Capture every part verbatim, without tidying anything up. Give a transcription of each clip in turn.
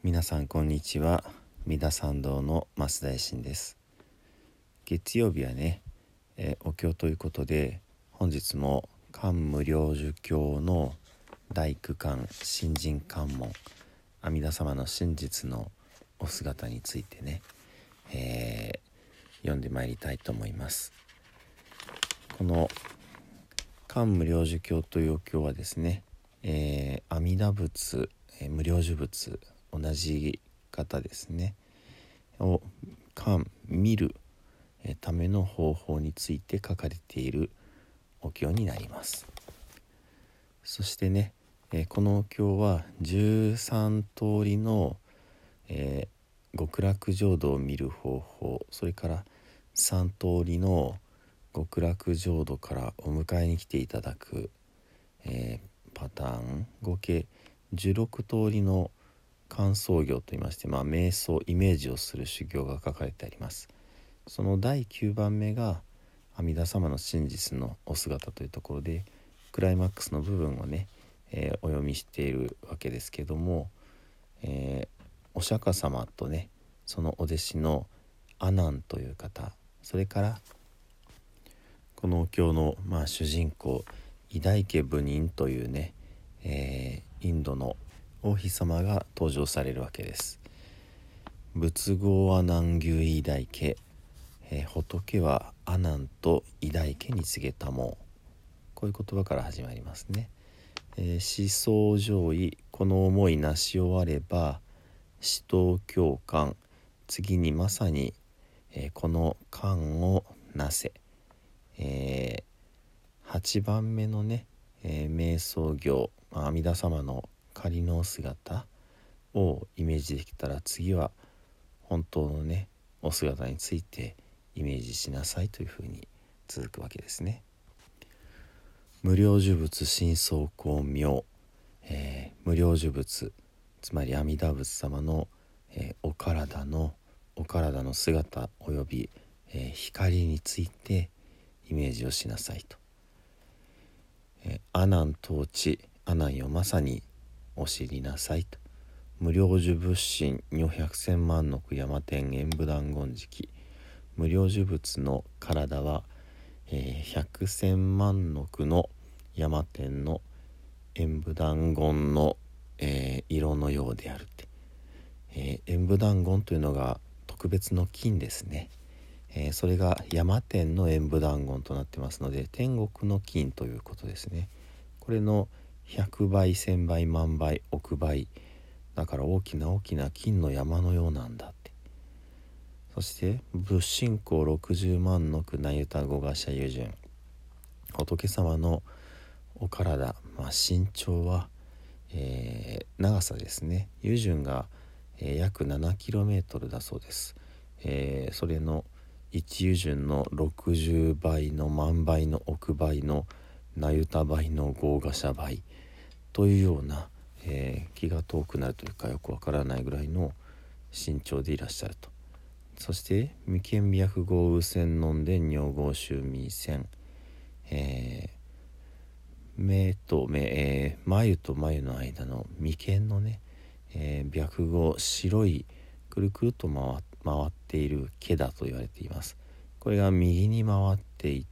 皆さんこんにちは。三田参道の増大臣です。月曜日はね、えーお経ということで、本日も漢無量寿経の大九巻新人関門阿弥陀様の真実のお姿についてね、えー読んでまいりたいと思います。この漢無量寿経というお経はですね、えー阿弥陀仏、えー無量寿仏、同じ方ですねを漢見るための方法について書かれているお経になります。そしてね、えーこのお経はじゅうさん通りの、えー極楽浄土を見る方法、それからさん通りの極楽浄土からお迎えに来ていただく、えーパターン、合計じゅうろく通りの観想行といいまして、まあ、瞑想イメージをする修行が書かれてあります。そのだいきゅうばんめが阿弥陀様の真実のお姿というところで、クライマックスの部分をね、えーお読みしているわけですけども、えーお釈迦様とね、そのお弟子の阿難という方、それからこのお経の、まあ、主人公伊大家部人というね、えーインドの王妃様が登場されるわけです。仏号は南牛伊大家、えー仏は阿難と伊大家に告げたもう、こういう言葉から始まりますね。えー思想上位、この思いなし終われば使徒教官、次にまさに、えーこの官をなせ、えー、はちばんめのね、えー瞑想行、まあ阿弥陀様の仮の姿をイメージできたら、次は本当のねお姿についてイメージしなさいというふうに続くわけですね。無量寿仏真相光明、えー無量寿仏、つまり阿弥陀仏様の、えーお体のお体の姿および、えー光についてイメージをしなさいと。えー阿難統治、阿難よまさにお知りなさいと。無量寿仏心如百千万の山天演武断言時、無量寿仏の体は、えー、百千万のの山天の演武断言の、えー色のようであるって、えー演武断言というのが特別の金ですね。えーそれが山天の演武断言となってますので、天国の金ということですね。これのひゃくばい、せんばい、万倍、億倍だから、大きな大きな金の山のようなんだって。そして仏心光ろくじゅうまんのなゆた五賀社油順、仏様のお体、まあ、身長は、えー長さですね、油順が、えー約 ななキロメートル だそうです。えーそれのいち油順のろくじゅうばいの万倍の億倍のなゆた倍の豪華社倍というような、えー気が遠くなるというか、よくわからないぐらいの身長でいらっしゃると。そして未見脈豪雨線のんで尿合臭未線、えー目と目、えー眉と眉の間の眉間のね、えー、白毫、白いくるくると回回っている毛だと言われています。これが右に回っていって、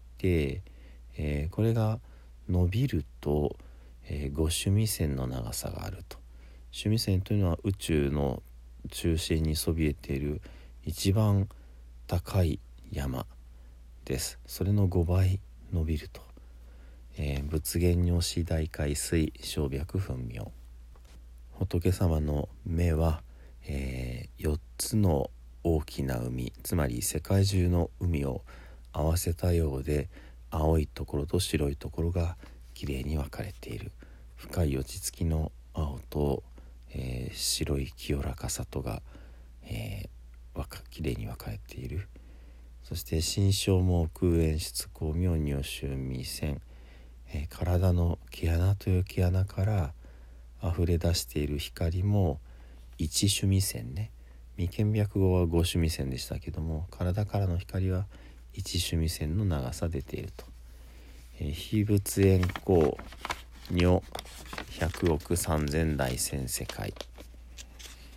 えーこれが伸びると、えー、五種味線の長さがあると。種味線というのは宇宙の中心にそびえている一番高い山です。それのごばい伸びると。えー、仏言尿子大海水小白分明、仏様の目は、えー、よっつの大きな海、つまり世界中の海を合わせたようで、青いところと白いところがきれいに分かれている。深い落ち着きの青と、えー、白い清らかさとが、えー、わかきれいに分かれている。そして心象も空演出光明如臭未線、えー体の毛穴という毛穴から溢れ出している光も一種味線ね。未見脈後は五種味線でしたけども、体からの光は一種味線の長さ出ていると。えー、非仏縁光如百億三千大千世界、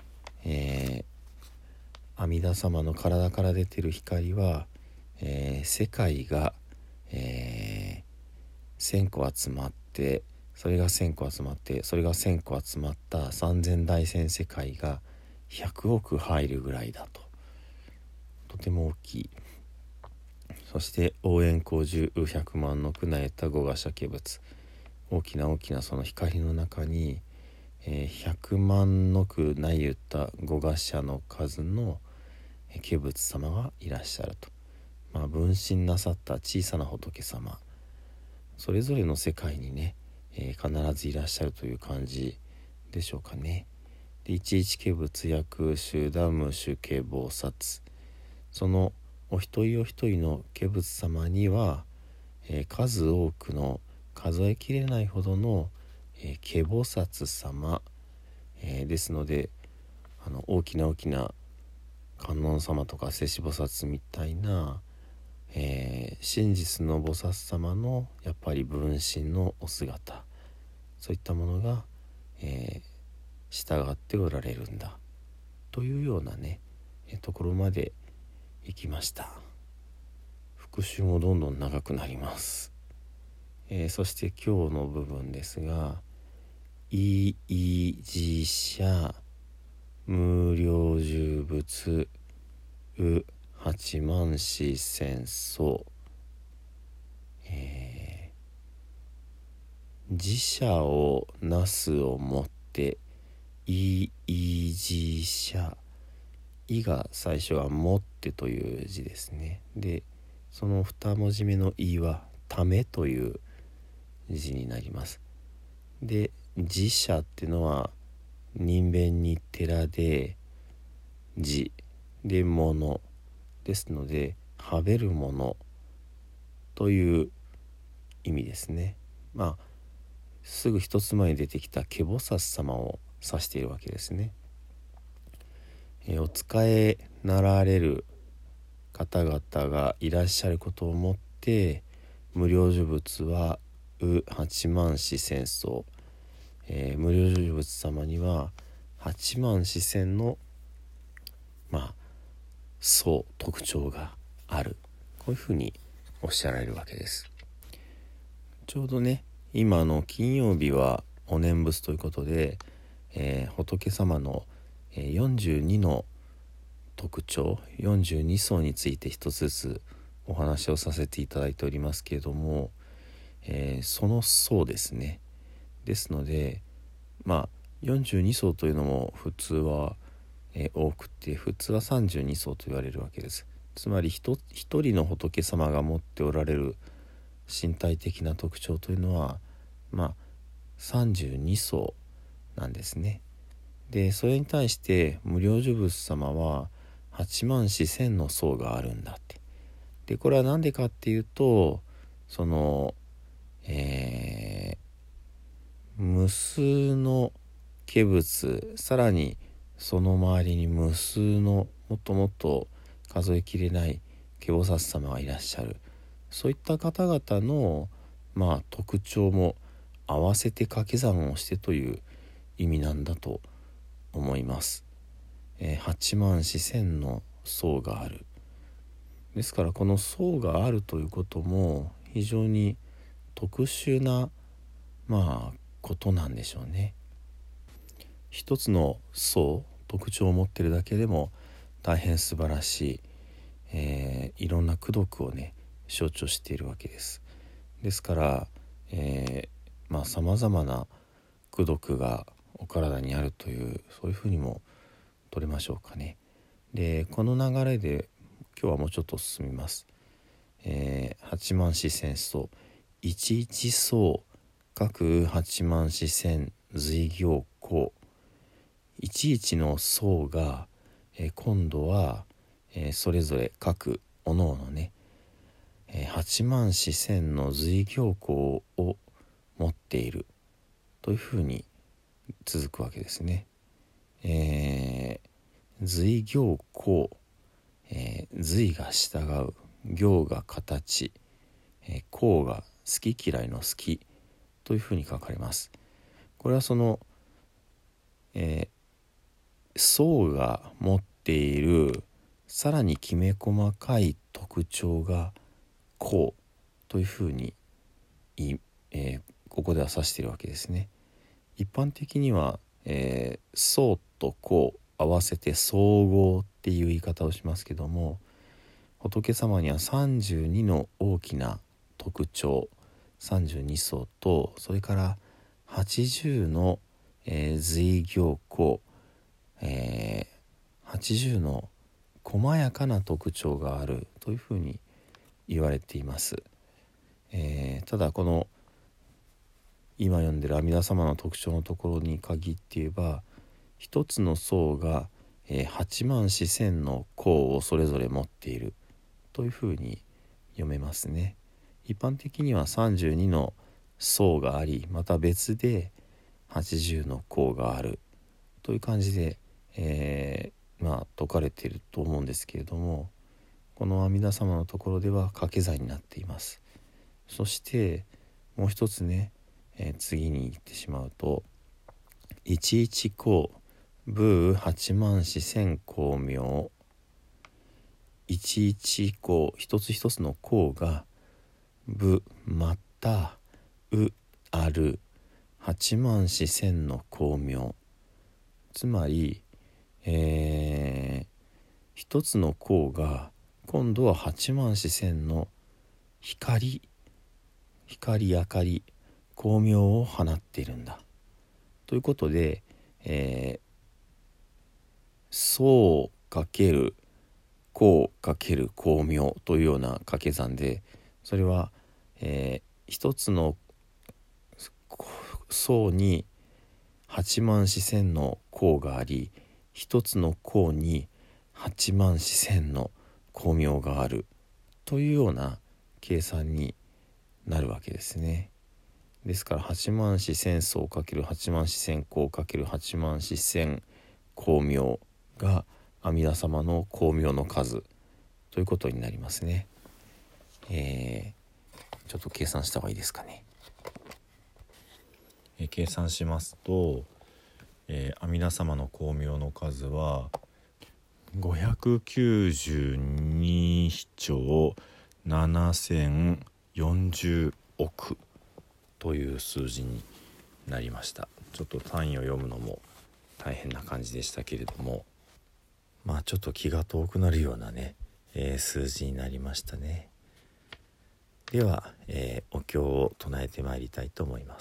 えー、阿弥陀様の体から出てる光は、えー、世界が、えー、千個集まって、それが千個集まってそれが千個集まった三千大千世界がひゃくおく入るぐらいだと、とても大きい。そして応援光十百万の宮内得た五賀釈仏、大きな大きなその光の中に、えー、ひゃくまんの宮内言った五賀釈の数の化仏様がいらっしゃると、まあ、分身なさった小さな仏様、それぞれの世界にね、えー、必ずいらっしゃるという感じでしょうかね。で一一化仏薬集団無種化菩薩、そのお一人お一人の化仏様には、えー、数多くの数えきれないほどの、えー、化菩薩様、えー、ですので、あの大きな大きな観音様とか勢至菩薩みたいな、えー、真実の菩薩様のやっぱり分身のお姿、そういったものが、えー、従っておられるんだというようなね、えところまで行きました。復習もどんどん長くなります。えー、そして今日の部分ですが、いいじしゃ無量寿仏う八万四千層、えー、自社をなすをもっていいじしゃ、いが最初はもってという字ですね。でその二文字目のいはためという字になります。で自社っていうのは人弁に寺で字で物ですので、はべるものという意味ですね。まあすぐ一つ前に出てきた化菩薩様を指しているわけですね。えー、お使いなられる方々がいらっしゃることをもって無量寿仏はう八万四千層、えー、無料寿仏様には八万四千のまあ層特徴がある、こういうふうにおっしゃられるわけです。ちょうどね今の金曜日はお念仏ということで、えー、仏様のよんじゅうにの特徴よんじゅうに層について一つずつお話をさせていただいておりますけれども、えー、その層ですね。ですのでまあよんじゅうに層というのも普通は、えー、多くて、普通はさんじゅうに層と言われるわけです。つまり一人の仏様が持っておられる身体的な特徴というのはまあさんじゅうに層なんですね。でそれに対して無量寿仏様ははちまん四千の層があるんだって。でこれは何でかっていうと、そのえー、無数の化仏、さらにその周りに無数のもっともっと数えきれない化菩薩様がいらっしゃる、そういった方々のまあ特徴も合わせて掛け算をしてという意味なんだと思います。えー、はちまん四千の層がある。ですからこの層があるということも非常に特殊なまあことなんでしょうね。一つの層特徴を持っているだけでも大変素晴らしい、えー、いろんな功徳をね象徴しているわけです。ですから、えー、まあさまざまな功徳がお体にあるという、そういうふうにも取れましょうかね。でこの流れで今日はもうちょっと進みます。えー、八万四千層、一一層各八万四千随行項、いちいちの層が、えー、今度は、えー、それぞれ各おのおのね、えー、はちまん四千の随行項を持っているというふうに続くわけですね。えー、随行項、えー、随が従う、行が形、えー、項が好き嫌いの好きというふうに書かれます。これはその、えー、 層が持っているさらにきめ細かい特徴が項というふうに、えー、ここでは指しているわけですね。一般的には、えー、層と項合わせて総合っていう言い方をしますけども、仏様にはさんじゅうにの大きな特徴さんじゅうに層と、それからはちじゅうの、えー、随行項、えー、はちじゅうの細やかな特徴があるというふうに言われています。えー、ただこの今読んでる阿弥陀様の特徴のところに限って言えば、一つの層が、えー、はちまん四千の項をそれぞれ持っているというふうに読めますね。一般的にはさんじゅうにの層があり、また別ではちじゅうの項があるという感じで、えー、まあ説かれていると思うんですけれども、この阿弥陀様のところでは掛け算になっています。そしてもう一つね、えー、次に行ってしまうと、一一項ブー八万四千光明、一一項一つ一つの項がブまたうある八万四千の光明、つまり、えー、一つの項が今度は八万四千の光光明かり光明を放っているんだということで、えー、層かける項かける光明というような掛け算で、それは、えー、一つの層に八万四千の項があり、一つの項に八万四千の光明があるというような計算になるわけですね。ですから八万四千層かける八万四千項かける八万四千光明が阿弥陀様の光明の数ということになりますね。えー、ちょっと計算した方がいいですかね。えー、計算しますと、えー、阿弥陀様の光明の数はごひゃくきゅうじゅうにちょうななせんよんじゅうおくという数字になりました。ちょっと単位を読むのも大変な感じでしたけれども、まあちょっと気が遠くなるようなね、えー、数字になりましたね。では、えー、お経を唱えてまいりたいと思います。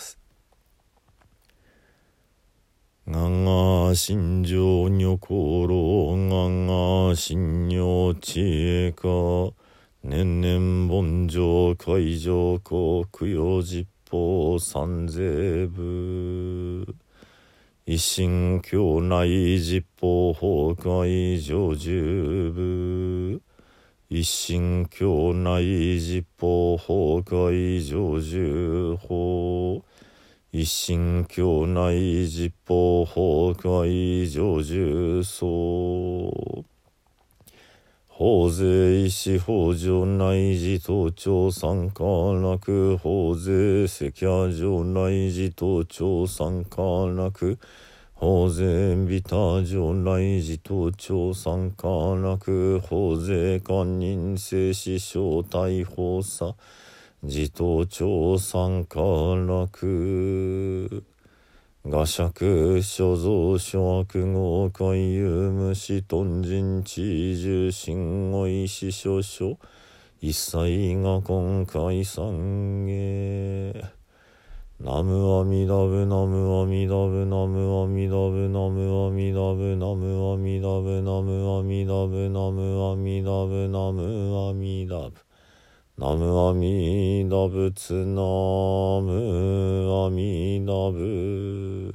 がが心情女心がが心女知恵か年々凡上海上国供実法三世部一心教内実法法会上十部一心教内実法法会上十法一心教内実法法会上十層法税医師法上内自東町参加楽法税赤夜上内自東町参加楽法税ビタ上内自東町参加楽法税官人正師小大法差自東町参加楽画釈所蔵諸悪号海遊無視頓人知重心語意思少々一切が今回三下ナムアミダブナムアミダブナムアミダブナムアミダブナムアミダブナムアミダブナムアミダブナムアミダブナムアミダブツナムアミダブ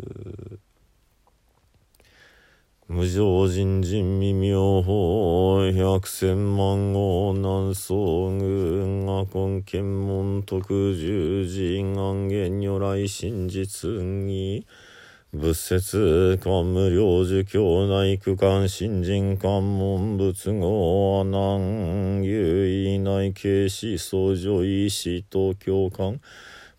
無常人人未妙法百千万号南宋軍が根検門特十字願言如来真実義仏説官無量寿教内区間新人関門仏語阿南有意内慶師相乗意師東京間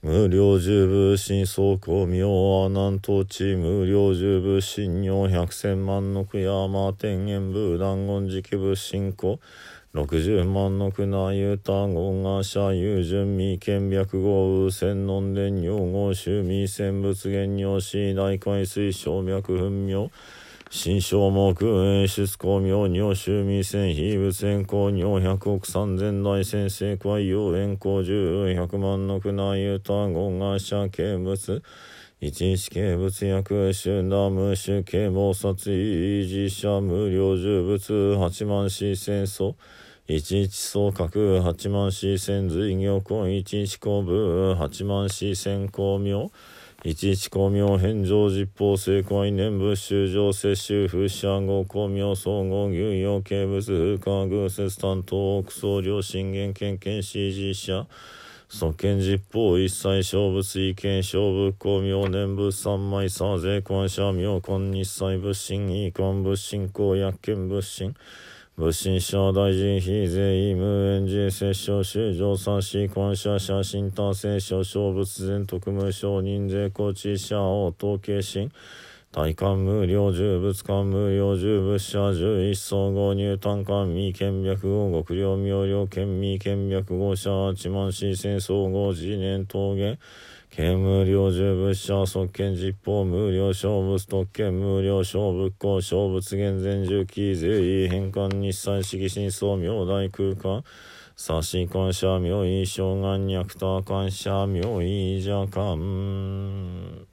無量寿仏心相公明阿南東地無量寿仏心尿百千万の悔山天元武断言寺家仏心公六十万の苦なゆた言が社有順未見白号千能伝尿号周未千仏元尿死大海水小脈分明心象目演出光明尿周未千非仏円光尿百億三千大先生海洋円光十百万の苦なゆた言が社形仏一一形仏薬種ダム種形菩薩維持者無量寿仏八万四千層一一総格八万四千随行根一一公部八万四千光明一一光明返上実法正解念仏修上摂取不社後光明総合牛用形物不可偶説担当奥総領信玄権権指示者即見実法一切小仏意見小仏光明念仏三昧差税官者妙根日祭仏心意官仏心公薬見仏心仏心者大臣非税意無縁自摂生修上三士官者写真達成者小仏前特務承認税高知者応答形心大官無料重仏官無料重仏者十一総合入単官未見白号極量妙量県未見白号者八万四千総合次年峠刑無料重仏者即見実法無料小仏特権無料小仏公小仏厳前重機税意返還日産式真相明大空間差し官者明意障眼脈多官者明意邪官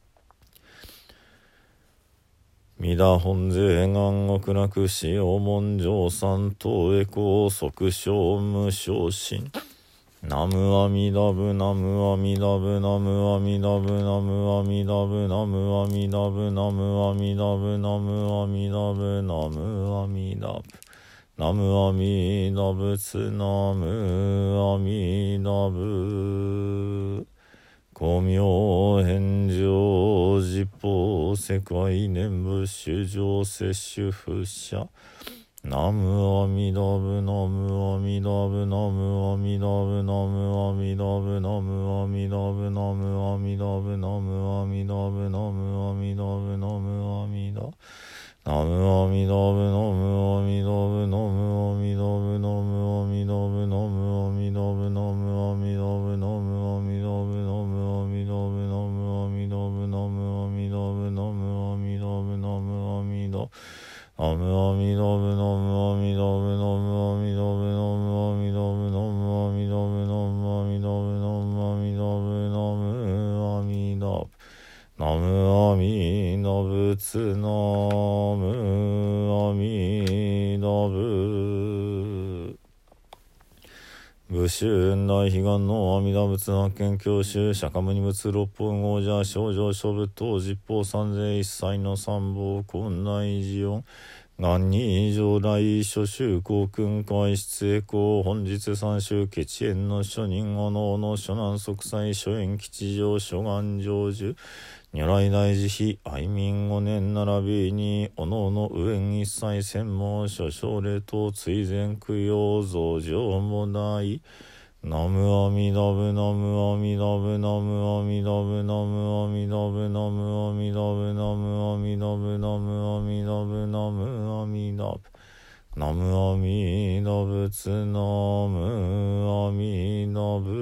弥陀本税願極楽使用文上三等へ高即小無昇進ナムアミダブナムアミダブナムアミダブナムアミダブナムアミダブナムアミダブナムアミダブナムアミダブナムアミダブツナムアミダブ光明返上実法世界念仏主上摂取不捨ナムアミダブナムアミダブナムアミダブナムアミダブナムアミダブナムアミダブナムアミダブナムアミダブナムアミダナムアミダブナムアミダブナムアミダブナムアミダブナムアミダブナムアミダブナムアミダブナムアミダブナムアミダブナムアミダブナムアミダブナムアミダアムアミダブナムアミダブナムアミダブナムアミダブナムアミダブナムアミダブナムアミダブナムアミダブナムアミダブツナムアミダブ武州大悲願の阿弥陀仏発見教習釈迦牟尼仏六本王者少女諸仏等実法三世一切の三宝根内寺音願に上来諸宗公訓会出栄光本日三宗決縁の諸人お能の諸南息災諸縁吉祥諸願成就如来大慈悲愛民五年並びにおのの上一切専門諸奨礼等追善供養増上も大ナムアミダブナムアミダブナムアミダブナムアミダブナムアミダブナムアミダブナムアミダブナムアミダブナムアミダブツナムアミダ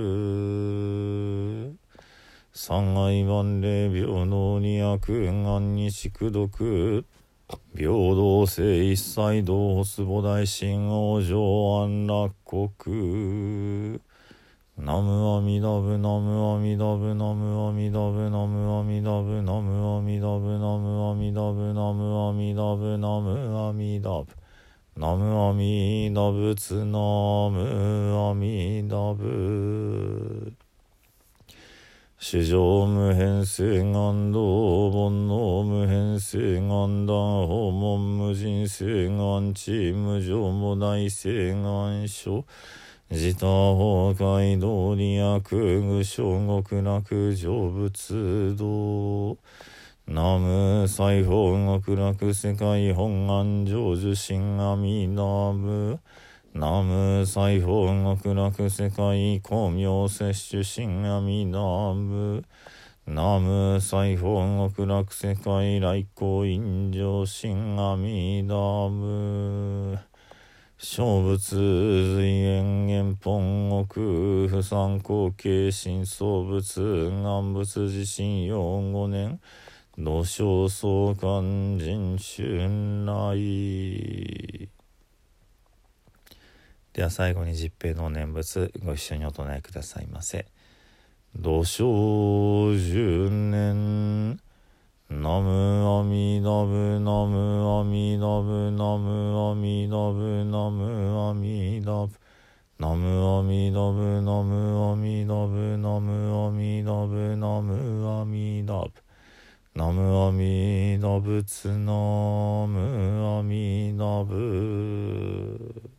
ブ三愛万礼平等二悪願に宿毒平等性一切同発母大神王上安楽国ナムアミダブナムアミダブナムアミダブナムアミダブナムアミダブナムアミダブナムアミダブナムアミダブナムアミダブツナムアミダブ至上無変性願道煩悩無変性願断訪問無人性願地無常無大性願所自他崩壊道理悪具小極楽成仏道ナム西方極楽世界本願成就心阿弥陀仏ナム西方極楽世界光明摂取心阿弥陀仏。ナム西方極楽世界来光陰上心阿弥陀仏。小仏随縁元本奥不参考形深層仏願仏自身用五年土生相関人春来。では最後に十平の念仏ご一緒にお唱えくださいませ。土生十年ナムアミダブナムアミダブナムアミダブナムアミダブナムアミダブナムアミダブナムアミダブナムアミダブナムアミダブツナムアミダブ。